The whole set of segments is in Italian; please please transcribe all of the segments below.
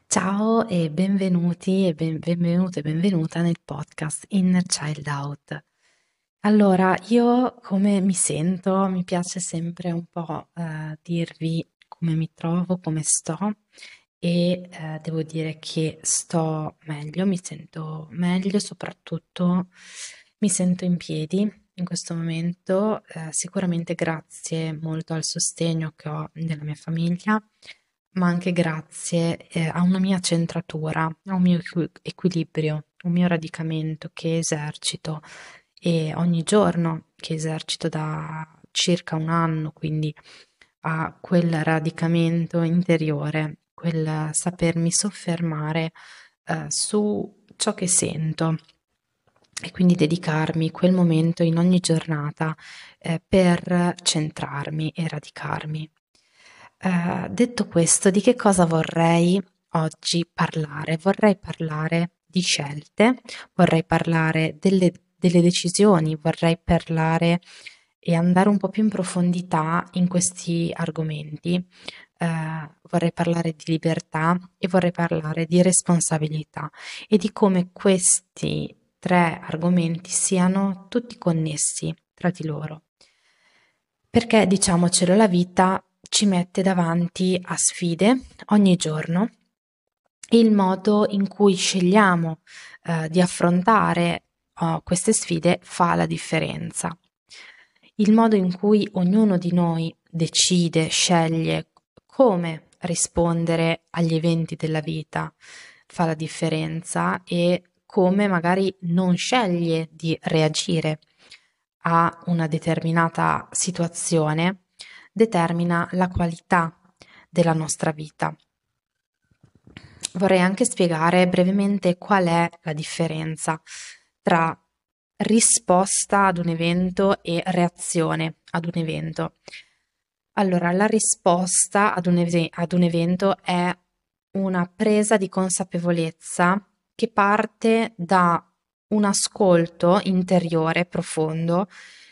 Ciao e benvenuti e benvenuto e benvenuta nel podcast Inner Child Out. Allora, io come mi sento, mi piace sempre un po' dirvi come mi trovo, come sto e devo dire che sto meglio, mi sento meglio, soprattutto mi sento in piedi in questo momento, sicuramente grazie molto al sostegno che ho della mia famiglia, ma anche grazie, a una mia centratura, a un mio equilibrio, un mio radicamento che esercito e ogni giorno che esercito da circa 1 anno, quindi a quel radicamento interiore, quel sapermi soffermare, su ciò che sento e quindi dedicarmi quel momento in ogni giornata, per centrarmi e radicarmi. Detto questo, di che cosa vorrei oggi parlare? Vorrei parlare di scelte, vorrei parlare delle decisioni, vorrei parlare e andare un po' più in profondità in questi argomenti. Vorrei parlare di libertà e vorrei parlare di responsabilità e di come questi 3 argomenti siano tutti connessi tra di loro. Perché diciamocelo, la vita ci mette davanti a sfide ogni giorno e il modo in cui scegliamo, di affrontare, queste sfide fa la differenza. Il modo in cui ognuno di noi decide, sceglie come rispondere agli eventi della vita fa la differenza e come magari non sceglie di reagire a una determinata situazione determina la qualità della nostra vita. Vorrei anche spiegare brevemente qual è la differenza tra risposta ad un evento e reazione ad un evento. Allora, la risposta ad un evento è una presa di consapevolezza che parte da un ascolto interiore profondo,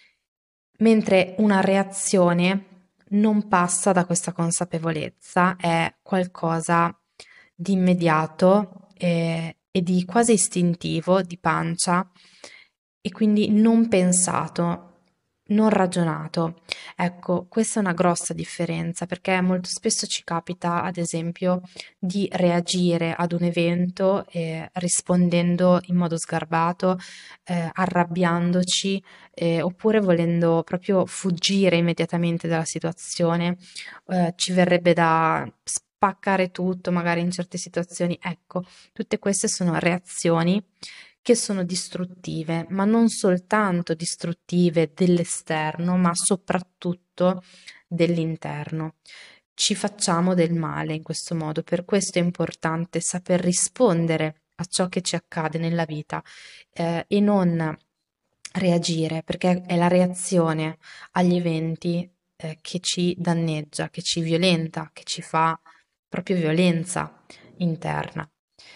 mentre una reazione non passa da questa consapevolezza, è qualcosa di immediato e di quasi istintivo, di pancia, e quindi non pensato, non ragionato. Ecco, questa è una grossa differenza perché molto spesso ci capita, ad esempio, di reagire ad un evento rispondendo in modo sgarbato, arrabbiandoci, oppure volendo proprio fuggire immediatamente dalla situazione. Ci verrebbe da spaccare tutto, magari in certe situazioni. Ecco, tutte queste sono reazioni che sono distruttive, ma non soltanto distruttive dell'esterno, ma soprattutto dell'interno. Ci facciamo del male in questo modo, per questo è importante saper rispondere a ciò che ci accade nella vita, e non reagire, perché è la reazione agli eventi, che ci danneggia, che ci violenta, che ci fa proprio violenza interna.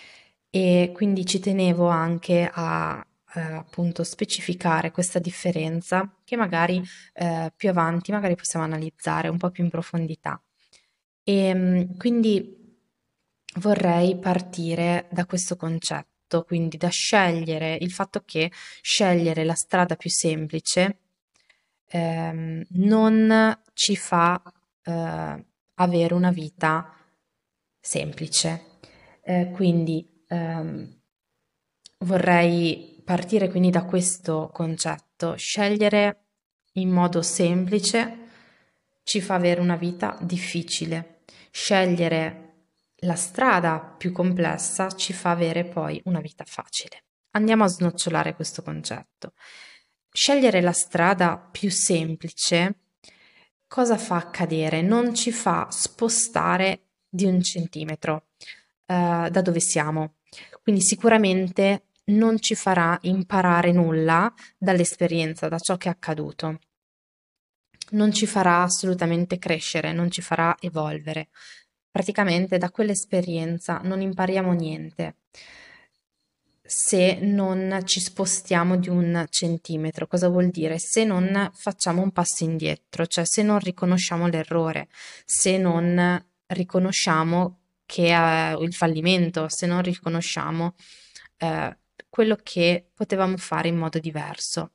E quindi ci tenevo anche a, appunto specificare questa differenza che magari, più avanti magari possiamo analizzare un po' più in profondità. Quindi vorrei partire da questo concetto, quindi da scegliere il fatto che scegliere la strada più semplice, non ci fa, avere una vita semplice. Quindi vorrei partire quindi da questo concetto. Scegliere in modo semplice ci fa avere una vita difficile. Scegliere la strada più complessa ci fa avere poi una vita facile. Andiamo a snocciolare questo concetto. Scegliere la strada più semplice cosa fa accadere? Non ci fa spostare di 1 centimetro da dove siamo. Quindi sicuramente non ci farà imparare nulla dall'esperienza, da ciò che è accaduto. Non ci farà assolutamente crescere, non ci farà evolvere. Praticamente da quell'esperienza non impariamo niente se non ci spostiamo di 1 centimetro. Cosa vuol dire? Se non facciamo un passo indietro, cioè se non riconosciamo l'errore, se non riconosciamo che è il fallimento, se non riconosciamo eh, quello che potevamo fare in modo diverso.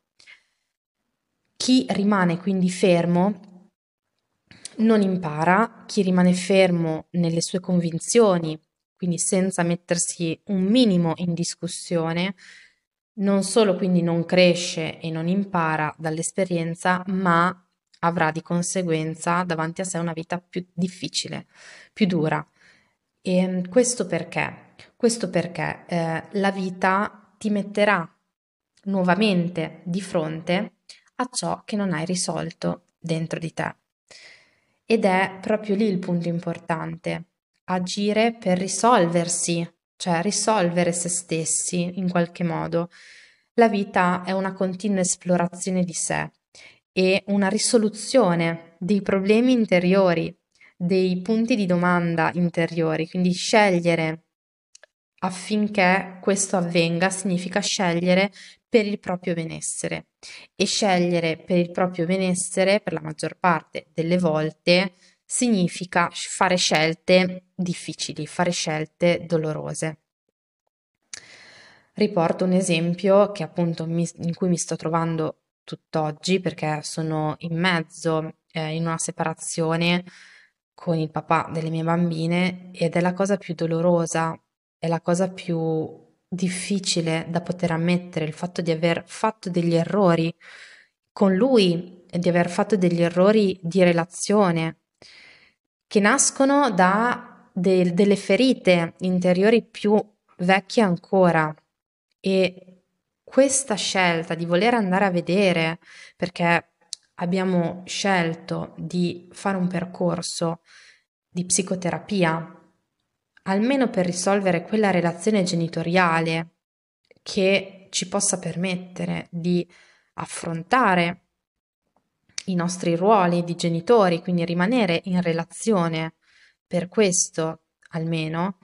Chi rimane quindi fermo non impara, chi rimane fermo nelle sue convinzioni, quindi senza mettersi un minimo in discussione, non solo quindi non cresce e non impara dall'esperienza, ma avrà di conseguenza davanti a sé una vita più difficile, più dura. E questo perché? Questo perché la vita ti metterà nuovamente di fronte a ciò che non hai risolto dentro di te. Ed è proprio lì il punto importante, agire per risolversi, cioè risolvere se stessi in qualche modo. La vita è una continua esplorazione di sé e una risoluzione dei problemi interiori, dei punti di domanda interiori, quindi scegliere affinché questo avvenga significa scegliere per il proprio benessere e scegliere per il proprio benessere per la maggior parte delle volte significa fare scelte difficili, fare scelte dolorose. Riporto un esempio che appunto in cui mi sto trovando tutt'oggi perché sono in mezzo in una separazione con il papà delle mie bambine ed è la cosa più dolorosa, è la cosa più difficile da poter ammettere, il fatto di aver fatto degli errori con lui e di aver fatto degli errori di relazione che nascono da delle ferite interiori più vecchie ancora. E questa scelta di voler andare a vedere, perché abbiamo scelto di fare un percorso di psicoterapia, almeno per risolvere quella relazione genitoriale che ci possa permettere di affrontare i nostri ruoli di genitori, quindi rimanere in relazione per questo almeno.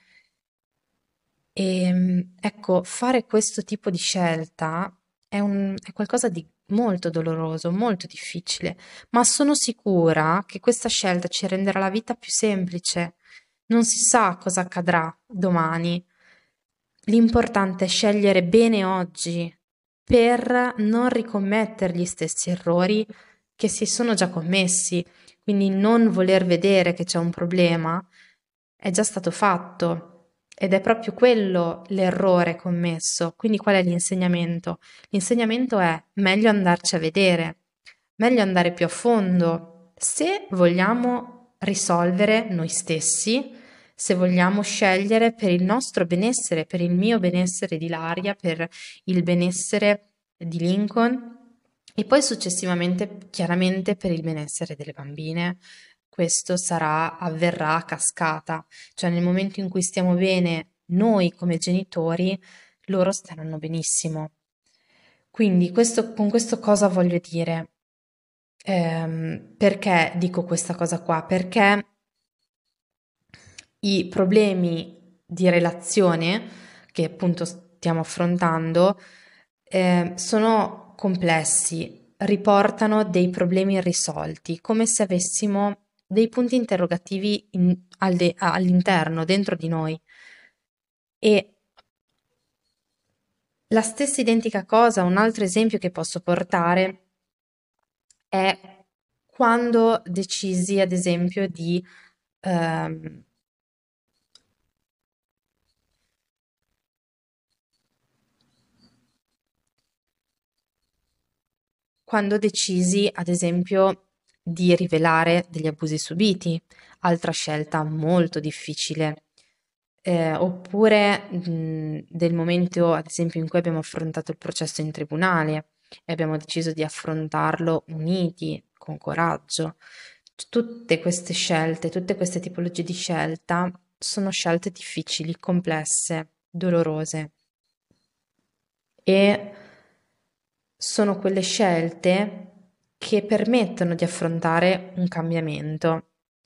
E ecco, fare questo tipo di scelta è qualcosa di molto doloroso, molto difficile, ma sono sicura che questa scelta ci renderà la vita più semplice. Non si sa cosa accadrà domani. L'importante è scegliere bene oggi per non ricommettere gli stessi errori che si sono già commessi. Quindi non voler vedere che c'è un problema è già stato fatto ed è proprio quello l'errore commesso. Quindi qual è l'insegnamento? L'insegnamento è meglio andarci a vedere, meglio andare più a fondo se vogliamo risolvere noi stessi, se vogliamo scegliere per il nostro benessere, per il mio benessere di Laria, per il benessere di Lincoln e poi successivamente chiaramente per il benessere delle bambine. Questo avverrà a cascata, cioè nel momento in cui stiamo bene noi come genitori, loro staranno benissimo. Quindi con questo cosa voglio dire? Perché dico questa cosa qua? Perché i problemi di relazione che appunto stiamo affrontando sono complessi, riportano dei problemi irrisolti, come se avessimo dei punti interrogativi all'interno, dentro di noi. E la stessa identica cosa, un altro esempio che posso portare è quando decisi, ad esempio, ehm, quando decisi, ad esempio, di rivelare degli abusi subiti, altra scelta molto difficile. Oppure del momento, ad esempio, in cui abbiamo affrontato il processo in tribunale e abbiamo deciso di affrontarlo uniti, con coraggio. Tutte queste scelte, tutte queste tipologie di scelta sono scelte difficili, complesse, dolorose e sono quelle scelte che permettono di affrontare un cambiamento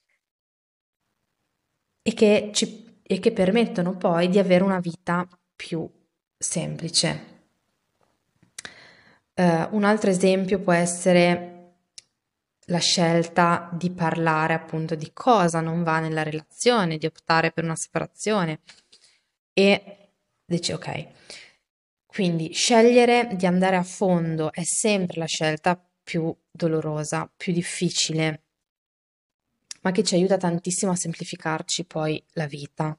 e che permettono poi di avere una vita più semplice. Un altro esempio può essere la scelta di parlare appunto di cosa non va nella relazione, di optare per una separazione e dici ok. Quindi scegliere di andare a fondo è sempre la scelta più dolorosa, più difficile, ma che ci aiuta tantissimo a semplificarci poi la vita.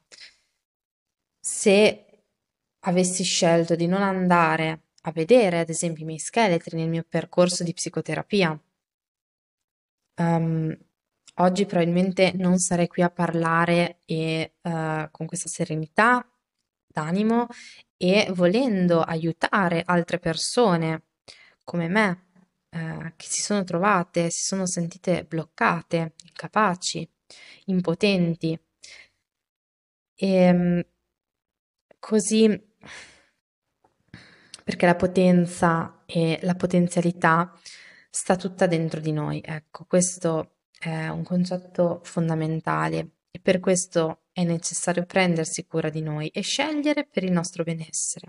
Se avessi scelto di non andare a vedere, ad esempio, i miei scheletri nel mio percorso di psicoterapia, ehm, oggi probabilmente non sarei qui a parlare con questa serenità d'animo e volendo aiutare altre persone come me, che si sono trovate, si sono sentite bloccate, incapaci, impotenti. E così, perché la potenza e la potenzialità sta tutta dentro di noi. Ecco, questo è un concetto fondamentale e per questo è necessario prendersi cura di noi e scegliere per il nostro benessere.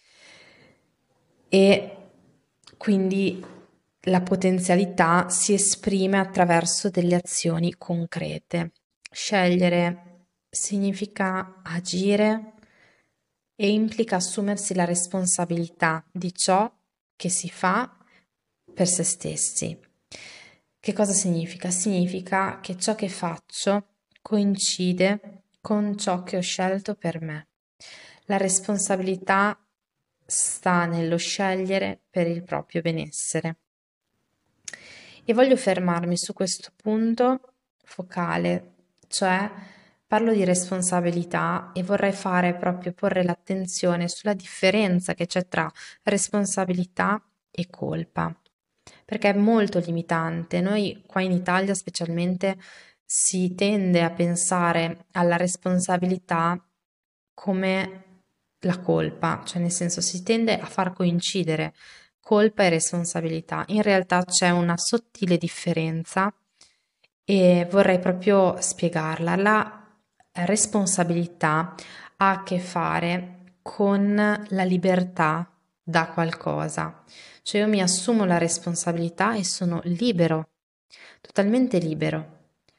E quindi la potenzialità si esprime attraverso delle azioni concrete. Scegliere significa agire e implica assumersi la responsabilità di ciò che si fa per se stessi. Che cosa significa? Significa che ciò che faccio coincide con ciò che ho scelto per me. La responsabilità sta nello scegliere per il proprio benessere. E voglio fermarmi su questo punto focale, cioè parlo di responsabilità e vorrei fare proprio porre l'attenzione sulla differenza che c'è tra responsabilità e colpa, perché è molto limitante. Noi qua in Italia specialmente si tende a pensare alla responsabilità come la colpa, cioè nel senso si tende a far coincidere colpa e responsabilità. In realtà c'è una sottile differenza e vorrei proprio spiegarla. La responsabilità ha a che fare con la libertà da qualcosa. Cioè io mi assumo la responsabilità e sono libero, totalmente libero.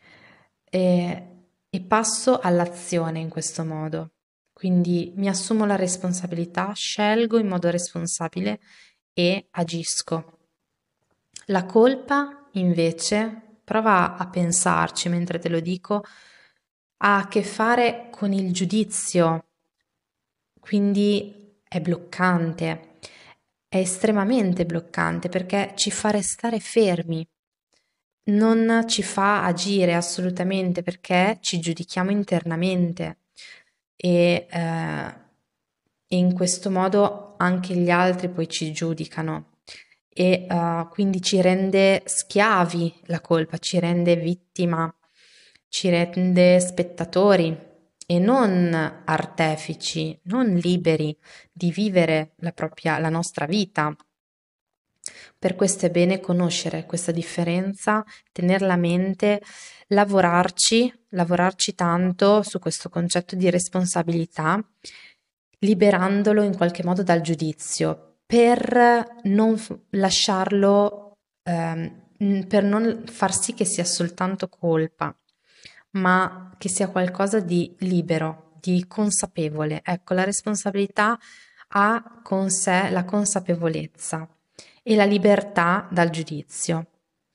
E passo all'azione in questo modo. Quindi mi assumo la responsabilità, scelgo in modo responsabile e agisco. La colpa, invece, prova a pensarci mentre te lo dico, ha a che fare con il giudizio, quindi è bloccante, è estremamente bloccante perché ci fa restare fermi, non ci fa agire assolutamente perché ci giudichiamo internamente e, eh, e in questo modo anche gli altri poi ci giudicano e quindi ci rende schiavi la colpa, ci rende vittima, ci rende spettatori e non artefici, non liberi di vivere la nostra vita. Per questo è bene conoscere questa differenza, tenerla a mente, lavorarci tanto su questo concetto di responsabilità, liberandolo in qualche modo dal giudizio, per non lasciarlo, per non far sì che sia soltanto colpa, ma che sia qualcosa di libero, di consapevole. Ecco, la responsabilità ha con sé la consapevolezza e la libertà dal giudizio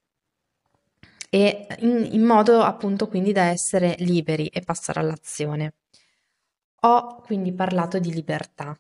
e in modo appunto quindi da essere liberi e passare all'azione. Ho quindi parlato di libertà.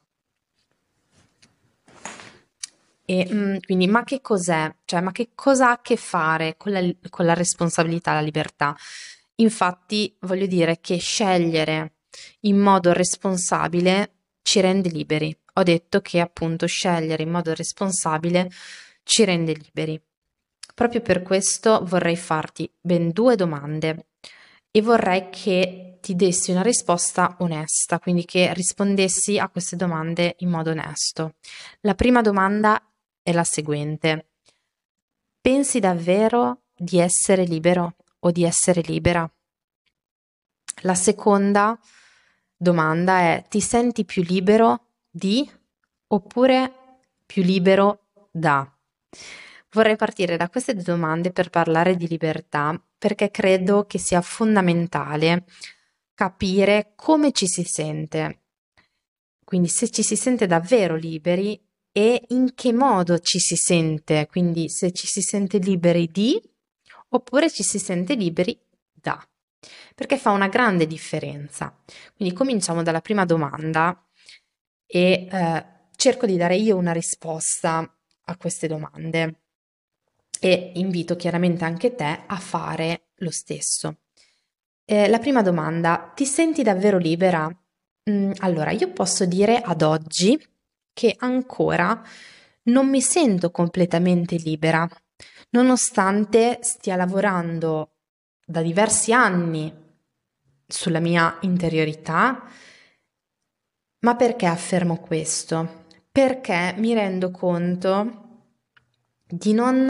E quindi, ma che cos'è? Cioè, ma che cosa ha a che fare con la responsabilità, la libertà? Infatti, voglio dire che scegliere in modo responsabile ci rende liberi. Ho detto che appunto scegliere in modo responsabile ci rende liberi. Proprio per questo vorrei farti ben due domande e vorrei che ti dessi una risposta onesta, quindi che rispondessi a queste domande in modo onesto. La prima domanda è la seguente. Pensi davvero di essere libero o di essere libera? La seconda domanda è: ti senti più libero di oppure più libero da? Vorrei partire da queste due domande per parlare di libertà, perché credo che sia fondamentale capire come ci si sente, quindi se ci si sente davvero liberi e in che modo ci si sente, quindi se ci si sente liberi di oppure ci si sente liberi da, perché fa una grande differenza. Quindi cominciamo dalla prima domanda e cerco di dare io una risposta a queste domande e invito chiaramente anche te a fare lo stesso. La prima domanda, ti senti davvero libera? Allora, io posso dire ad oggi che ancora non mi sento completamente libera, nonostante stia lavorando da diversi anni sulla mia interiorità. Ma perché affermo questo? Perché mi rendo conto di non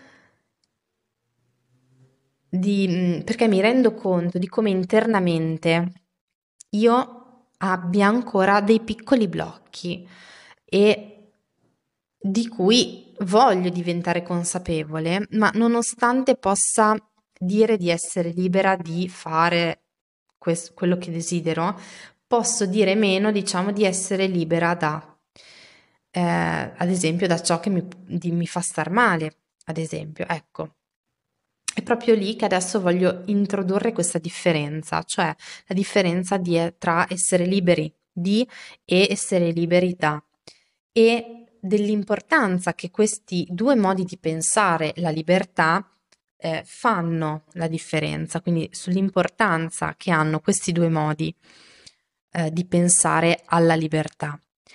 perché mi rendo conto di come internamente io abbia ancora dei piccoli blocchi e di cui voglio diventare consapevole, ma nonostante possa dire di essere libera di fare quello che desidero, posso dire meno, diciamo, di essere libera da, ad esempio, da ciò che mi fa star male, ad esempio, ecco. È proprio lì che adesso voglio introdurre questa differenza, cioè la differenza tra essere liberi di e essere liberi da, e dell'importanza che questi due modi di pensare la libertà fanno la differenza, quindi sull'importanza che hanno questi due modi di pensare alla libertà.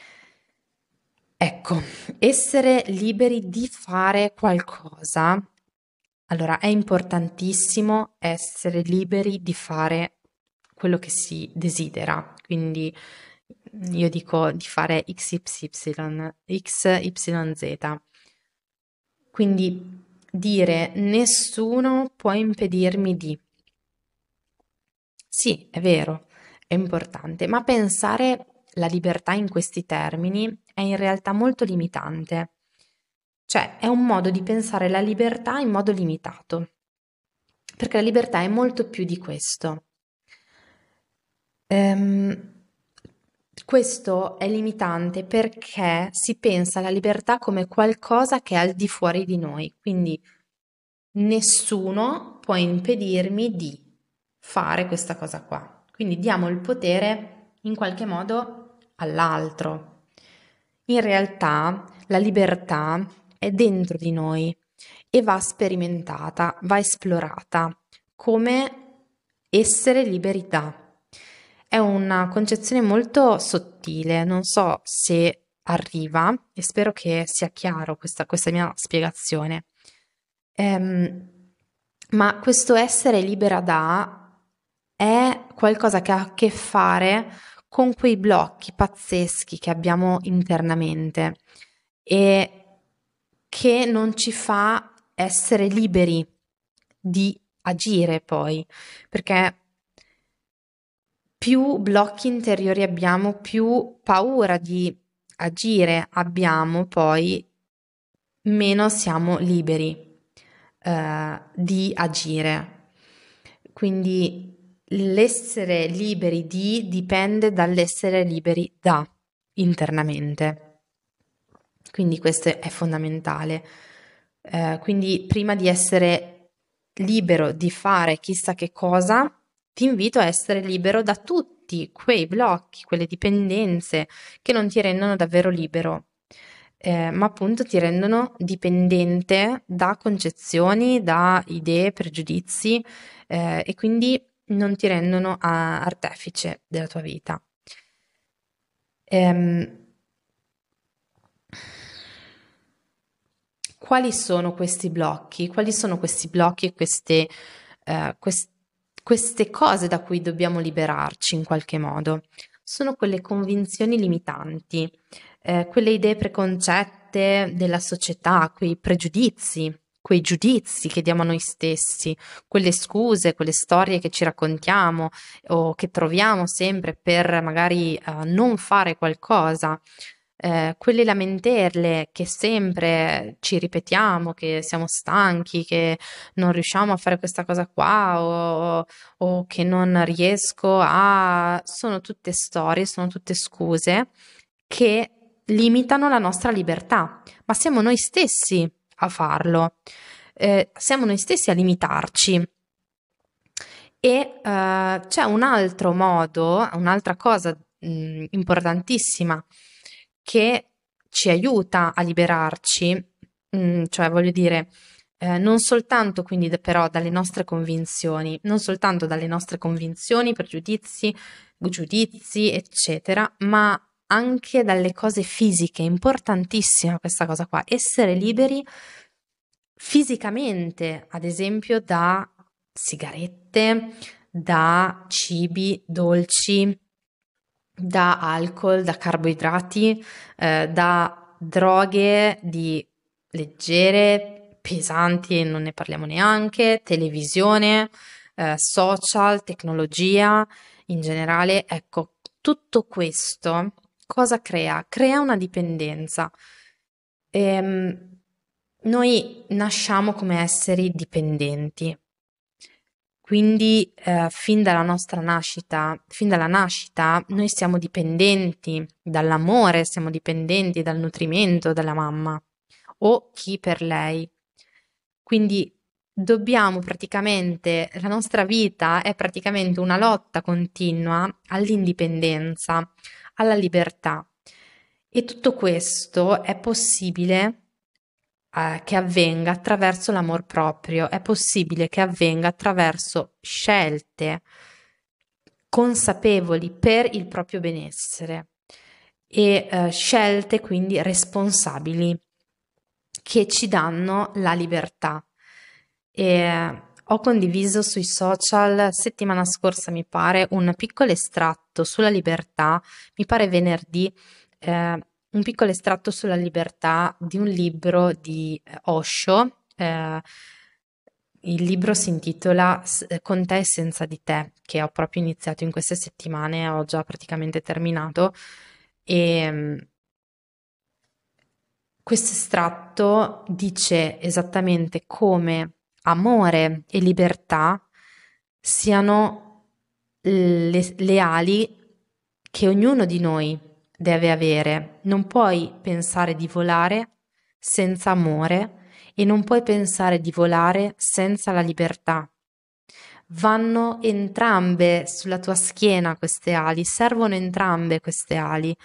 Ecco, essere liberi di fare qualcosa. Allora, è importantissimo essere liberi di fare quello che si desidera, quindi io dico di fare XYZ. Quindi dire nessuno può impedirmi di. Sì, è vero, è importante, ma pensare la libertà in questi termini è in realtà molto limitante. Cioè, è un modo di pensare la libertà in modo limitato, perché la libertà è molto più di questo. Ehm, Questo è limitante perché si pensa alla libertà come qualcosa che è al di fuori di noi, quindi nessuno può impedirmi di fare questa cosa qua. Quindi diamo il potere in qualche modo all'altro. In realtà la libertà è dentro di noi e va sperimentata, va esplorata come essere liberi da. È una concezione molto sottile, non so se arriva e spero che sia chiaro questa mia spiegazione. Ma questo essere libera da è qualcosa che ha a che fare con quei blocchi pazzeschi che abbiamo internamente e che non ci fa essere liberi di agire poi, perché più blocchi interiori abbiamo, più paura di agire abbiamo, poi meno siamo liberi di agire. Quindi l'essere liberi di dipende dall'essere liberi da internamente. Quindi questo è fondamentale. Quindi prima di essere libero di fare chissà che cosa, ti invito a essere libero da tutti quei blocchi, quelle dipendenze che non ti rendono davvero libero, ma appunto ti rendono dipendente da concezioni, da idee, pregiudizi, e quindi non ti rendono artefice della tua vita. Ehm, Quali sono questi blocchi? Quali sono questi blocchi e queste cose da cui dobbiamo liberarci in qualche modo? Sono quelle convinzioni limitanti, quelle idee preconcette della società, quei pregiudizi, quei giudizi che diamo a noi stessi, quelle scuse, quelle storie che ci raccontiamo o che troviamo sempre per magari non fare qualcosa. quelle lamentele che sempre ci ripetiamo, che siamo stanchi, che non riusciamo a fare questa cosa qua o che non riesco a... Sono tutte storie, sono tutte scuse che limitano la nostra libertà, ma siamo noi stessi a farlo, siamo noi stessi a limitarci. E c'è un altro modo, un'altra cosa importantissima che ci aiuta a liberarci, cioè voglio dire, non soltanto quindi però dalle nostre convinzioni, non soltanto dalle nostre convinzioni, pregiudizi, giudizi, eccetera, ma anche dalle cose fisiche. È importantissima questa cosa qua, essere liberi fisicamente, ad esempio da sigarette, da cibi dolci, da alcol, da carboidrati, da droghe di leggere, pesanti e non ne parliamo neanche, televisione, social, tecnologia in generale. Ecco, tutto questo cosa crea? Crea una dipendenza. Noi nasciamo come esseri dipendenti. Quindi fin dalla nostra nascita, fin dalla nascita, noi siamo dipendenti dall'amore, siamo dipendenti dal nutrimento della mamma o chi per lei. Quindi dobbiamo praticamente, la nostra vita è praticamente una lotta continua all'indipendenza, alla libertà. E tutto questo è possibile che avvenga attraverso l'amor proprio, è possibile che avvenga attraverso scelte consapevoli per il proprio benessere e scelte quindi responsabili che ci danno la libertà. E ho condiviso sui social settimana scorsa, mi pare, un piccolo estratto sulla libertà, mi pare venerdì, un piccolo estratto sulla libertà di un libro di Osho. Il libro si intitola Con te e senza di te, che ho proprio iniziato in queste settimane, ho già praticamente terminato. E questo estratto dice esattamente come amore e libertà siano le ali che ognuno di noi deve avere. Non puoi pensare di volare senza amore e non puoi pensare di volare senza la libertà. Vanno entrambe sulla tua schiena queste ali, servono entrambe queste ali.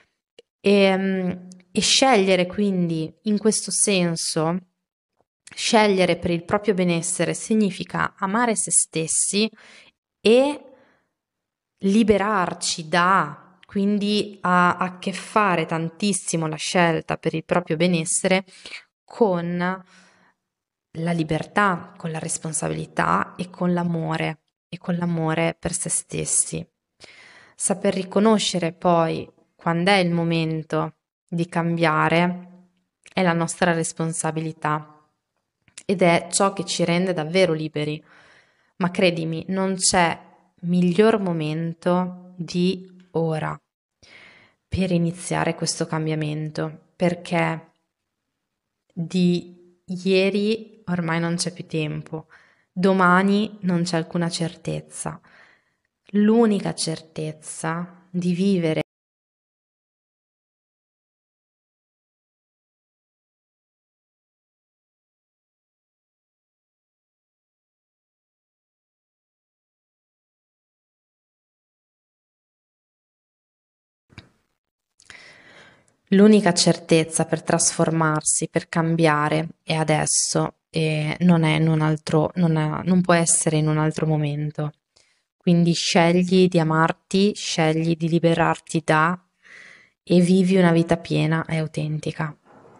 E scegliere quindi in questo senso, scegliere per il proprio benessere significa amare se stessi e liberarci da, quindi ha a che fare tantissimo la scelta per il proprio benessere con la libertà, con la responsabilità e con l'amore per se stessi. Saper riconoscere poi quando è il momento di cambiare è la nostra responsabilità ed è ciò che ci rende davvero liberi. Ma credimi, non c'è miglior momento di ora per iniziare questo cambiamento, perché di ieri ormai non c'è più tempo, domani non c'è alcuna certezza. L'unica certezza di vivere l'unica certezza per trasformarsi, per cambiare è adesso e non è in un altro, non può essere in un altro momento. Quindi scegli di amarti, scegli di liberarti da e vivi una vita piena e autentica.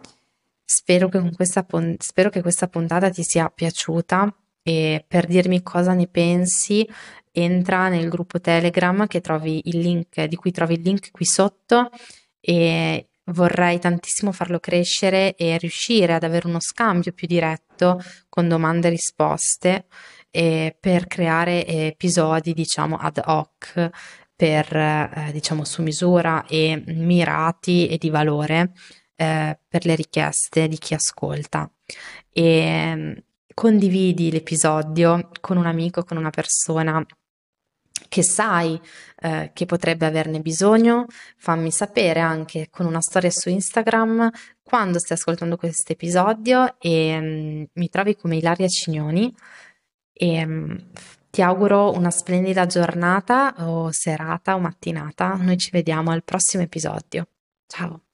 Spero che questa puntata ti sia piaciuta e per dirmi cosa ne pensi, entra nel gruppo Telegram che trovi il link, di cui trovi il link qui sotto e vorrei tantissimo farlo crescere e riuscire ad avere uno scambio più diretto con domande e risposte per creare episodi, diciamo, ad hoc diciamo, su misura e mirati e di valore per le richieste di chi ascolta. E condividi l'episodio con un amico, con una persona che sai che potrebbe averne bisogno. Fammi sapere anche con una storia su Instagram quando stai ascoltando questo episodio e mi trovi come Ilaria Cignoni e ti auguro una splendida giornata o serata o mattinata. Noi ci vediamo al prossimo episodio. Ciao!